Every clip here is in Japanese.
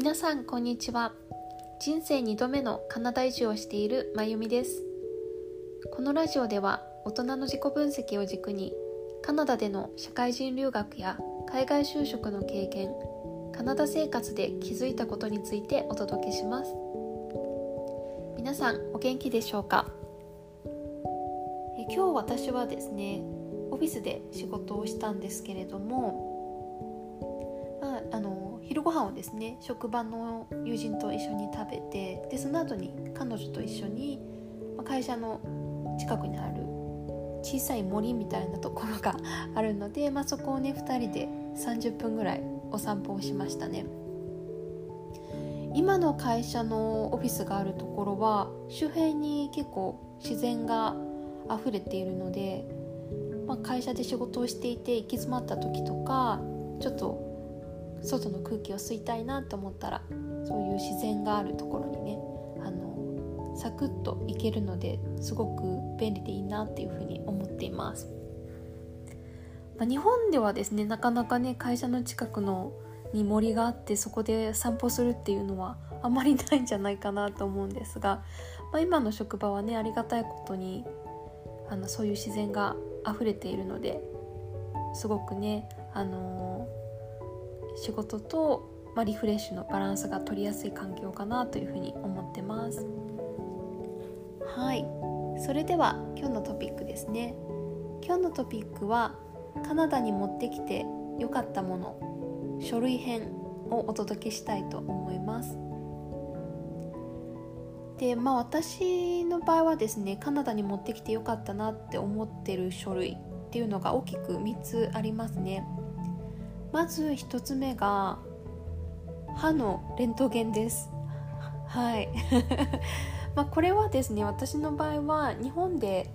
皆さんこんにちは。人生2度目のカナダ移住をしているまゆみです。このラジオでは大人の自己分析を軸にカナダでの社会人留学や海外就職の経験、カナダ生活で気づいたことについてお届けします。皆さんお元気でしょうか？今日私はですね、オフィスで仕事をしたんですけれども、昼ご飯をですね、職場の友人と一緒に食べて、でその後に彼女と一緒に会社の近くにある小さい森みたいなところがあるので、そこをね2人で30分ぐらいお散歩をしましたね。今の会社のオフィスがあるところは周辺に結構自然が溢れているので、会社で仕事をしていて行き詰まった時とか、ちょっと外の空気を吸いたいなと思ったら、そういう自然があるところにね、サクッと行けるのですごく便利でいいなっていうふうに思っています。日本ではですね、なかなかね会社の近くに森があってそこで散歩するっていうのはあまりないんじゃないかなと思うんですが、今の職場はねありがたいことにそういう自然が溢れているので、すごくね仕事と、リフレッシュのバランスが取りやすい環境かなというふうに思ってます。はい、それでは今日のトピックですね。今日のトピックはカナダに持ってきて良かったもの、書類編をお届けしたいと思います。で、私の場合はですね、カナダに持ってきて良かったなって思ってる書類っていうのが大きく3つありますね。まず1つ目が歯のレントゲンです。はいこれはですね、私の場合は日本で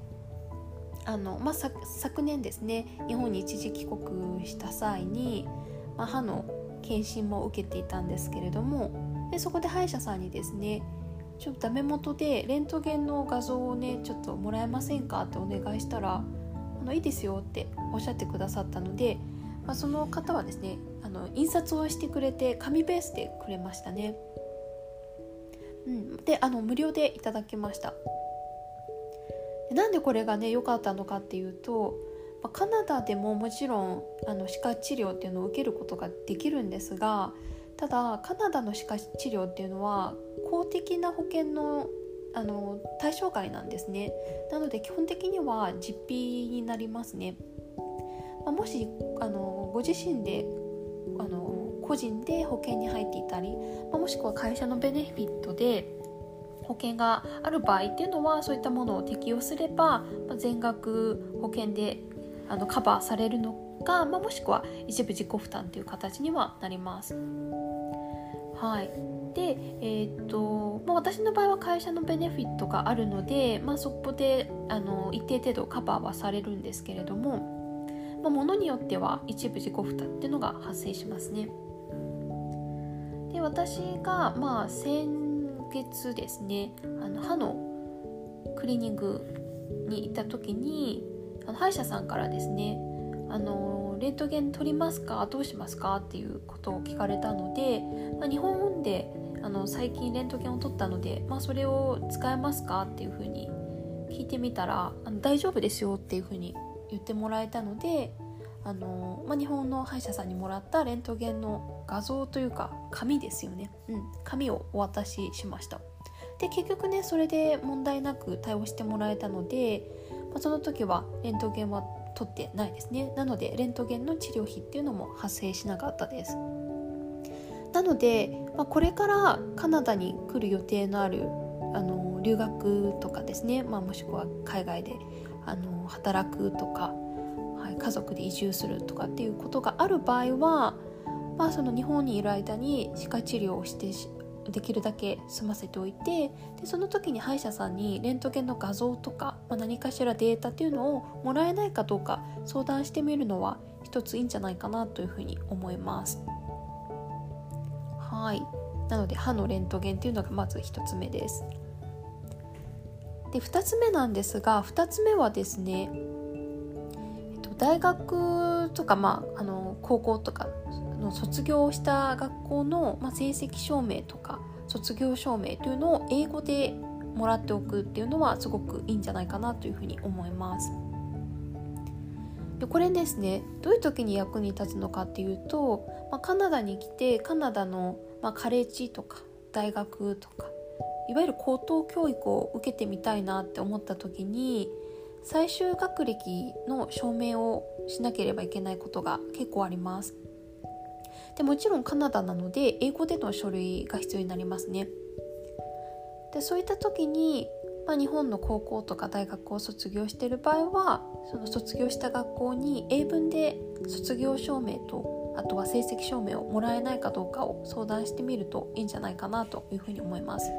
昨年ですね、日本に一時帰国した際に、歯の検診も受けていたんですけれども、でそこで歯医者さんにですね、ちょっとダメ元でレントゲンの画像をねちょっともらえませんかってお願いしたら、いいですよっておっしゃってくださったので、その方はですね印刷をしてくれて紙ベースでくれましたね。で無料でいただきました。でなんでこれがね良かったのかっていうと、カナダでももちろん歯科治療っていうのを受けることができるんですが、ただカナダの歯科治療っていうのは公的な保険の対象外なんですね。なので基本的には実費になりますね。もしご自身で個人で保険に入っていたり、もしくは会社のベネフィットで保険がある場合っていうのは、そういったものを適用すれば、全額保険でカバーされるのか、もしくは一部自己負担という形にはなります。はい。で、私の場合は会社のベネフィットがあるので、そこで一定程度カバーはされるんですけれども、ものによっては一部自己負担っていうのが発生しますね。で、私が先月ですね、歯のクリーニングに行った時に歯医者さんからですね、レントゲン取りますか、どうしますかっていうことを聞かれたので、日本で最近レントゲンを取ったので、それを使えますかっていうふうに聞いてみたら、大丈夫ですよっていうふうに言ってもらえたので、日本の歯医者さんにもらったレントゲンの画像というか紙ですよね、紙をお渡ししました。で結局ねそれで問題なく対応してもらえたので、その時はレントゲンは取ってないですね。なのでレントゲンの治療費っていうのも発生しなかったです。なので、これからカナダに来る予定のある留学とかですね、もしくは海外で働くとか、家族で移住するとかっていうことがある場合は、その日本にいる間に歯科治療をしてできるだけ済ませておいて、でその時に歯医者さんにレントゲンの画像とか、何かしらデータっていうのをもらえないかどうか相談してみるのは一ついいんじゃないかなというふうに思います。はい。なので歯のレントゲンっていうのがまず一つ目です。で2つ目なんですが、2つ目はですね、 大学とか、高校とかの卒業した学校の、成績証明とか卒業証明というのを英語でもらっておくっていうのはすごくいいんじゃないかなというふうに思います。でこれですね、どういう時に役に立つのかっていうと、カナダに来てカナダの、カレッジとか大学とかいわゆる高等教育を受けてみたいなって思った時に最終学歴の証明をしなければいけないことが結構あります。でもちろんカナダなので英語での書類が必要になりますね。でそういった時に、日本の高校とか大学を卒業している場合はその卒業した学校に英文で卒業証明とあとは成績証明をもらえないかどうかを相談してみるといいんじゃないかなというふうに思います。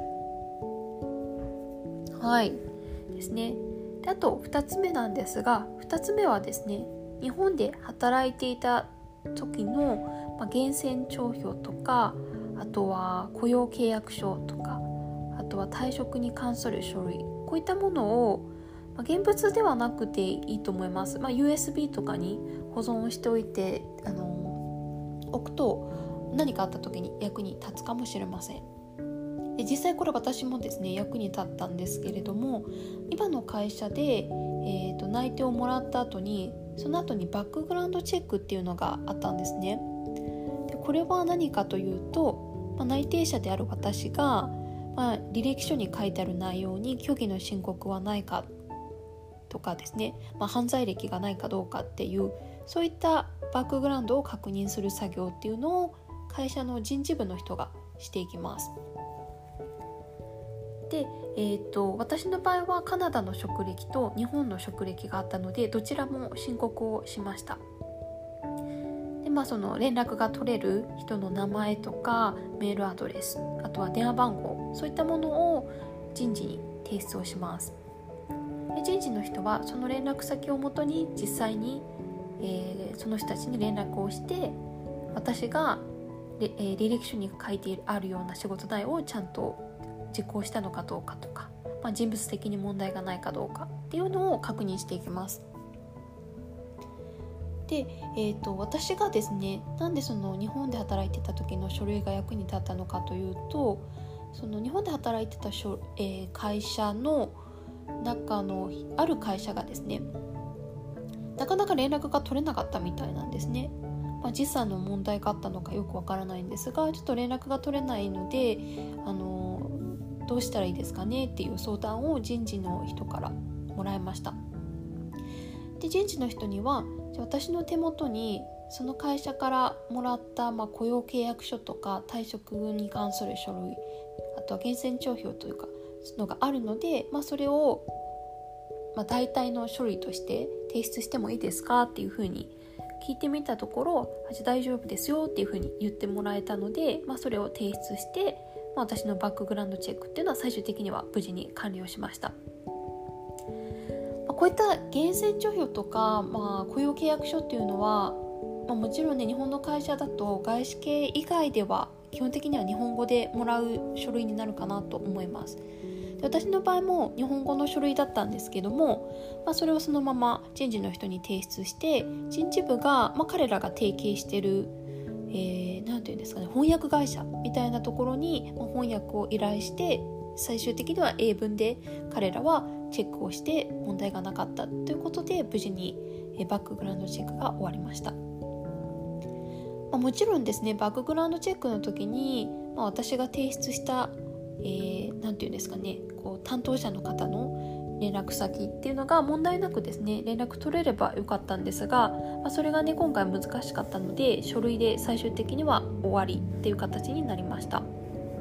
はいですね。であと2つ目なんですが、2つ目はですね、日本で働いていた時の、源泉徴票とかあとは雇用契約書とかあとは退職に関する書類、こういったものを、現物ではなくていいと思います。USB とかに保存しておいて置くと何かあった時に役に立つかもしれません。で実際これ私もですね役に立ったんですけれども、今の会社で、内定をもらった後にその後にバックグラウンドチェックっていうのがあったんですね。でこれは何かというと、内定者である私が履歴書に書いてある内容に虚偽の申告はないかとかですね、犯罪歴がないかどうかっていうそういったバックグラウンドを確認する作業っていうのを会社の人事部の人がしていきます。で、私の場合はカナダの職歴と日本の職歴があったのでどちらも申告をしました。でその連絡が取れる人の名前とかメールアドレス、あとは電話番号、そういったものを人事に提出をします。で人事の人はその連絡先をもとに実際に、その人たちに連絡をして私が履歴書に書いてあるような仕事内容をちゃんと実行したのかどうかとか、人物的に問題がないかどうかっていうのを確認していきます。で、私がですね、なんでその日本で働いてた時の書類が役に立ったのかというと、その日本で働いてた会社の中のある会社がですね、なかなか連絡が取れなかったみたいなんですね。時差の問題があったのかよくわからないんですが、ちょっと連絡が取れないのでどうしたらいいですかねっていう相談を人事の人からもらいました。で人事の人には私の手元にその会社からもらった、雇用契約書とか退職に関する書類、あとは源泉徴票というかのがあるので、それを、代替の書類として提出してもいいですかっていうふうに聞いてみたところ、じゃ大丈夫ですよっていうふうに言ってもらえたので、それを提出して、私のバックグラウンドチェックっていうのは最終的には無事に完了しました。こういった源泉徴票とか、雇用契約書っていうのは、もちろんね日本の会社だと外資系以外では基本的には日本語でもらう書類になるかなと思います。で私の場合も日本語の書類だったんですけども、それをそのまま人事の人に提出して人事部が、彼らが提携している、なんていうんですかね、翻訳会社みたいなところに翻訳を依頼して最終的には英文で彼らはチェックをして問題がなかったということで無事にバックグラウンドチェックが終わりました。もちろんですね、バックグラウンドチェックの時に、私が提出したなんていうんですかね、担当者の方の連絡先っていうのが問題なくですね連絡取れればよかったんですが、それがね今回難しかったので書類で最終的には終わりっていう形になりました。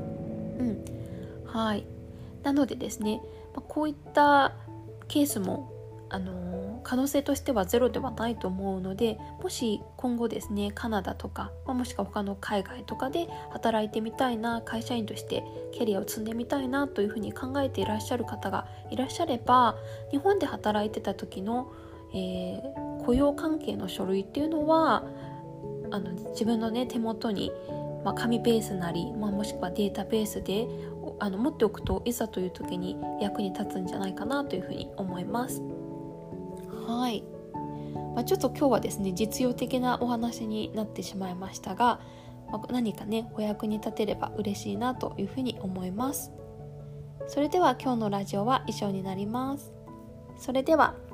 はい。なのでですね、こういったケースも可能性としてはゼロではないと思うので、もし今後ですねカナダとか、もしくは他の海外とかで働いてみたいな、会社員としてキャリアを積んでみたいなというふうに考えていらっしゃる方がいらっしゃれば、日本で働いてた時の、雇用関係の書類っていうのは自分のね手元に、紙ベースなり、もしくはデータベースで持っておくといざという時に役に立つんじゃないかなというふうに思います。はい。 ちょっと今日はですね実用的なお話になってしまいましたが、何かねお役に立てれば嬉しいなというふうに思います。それでは今日のラジオは以上になります。それでは。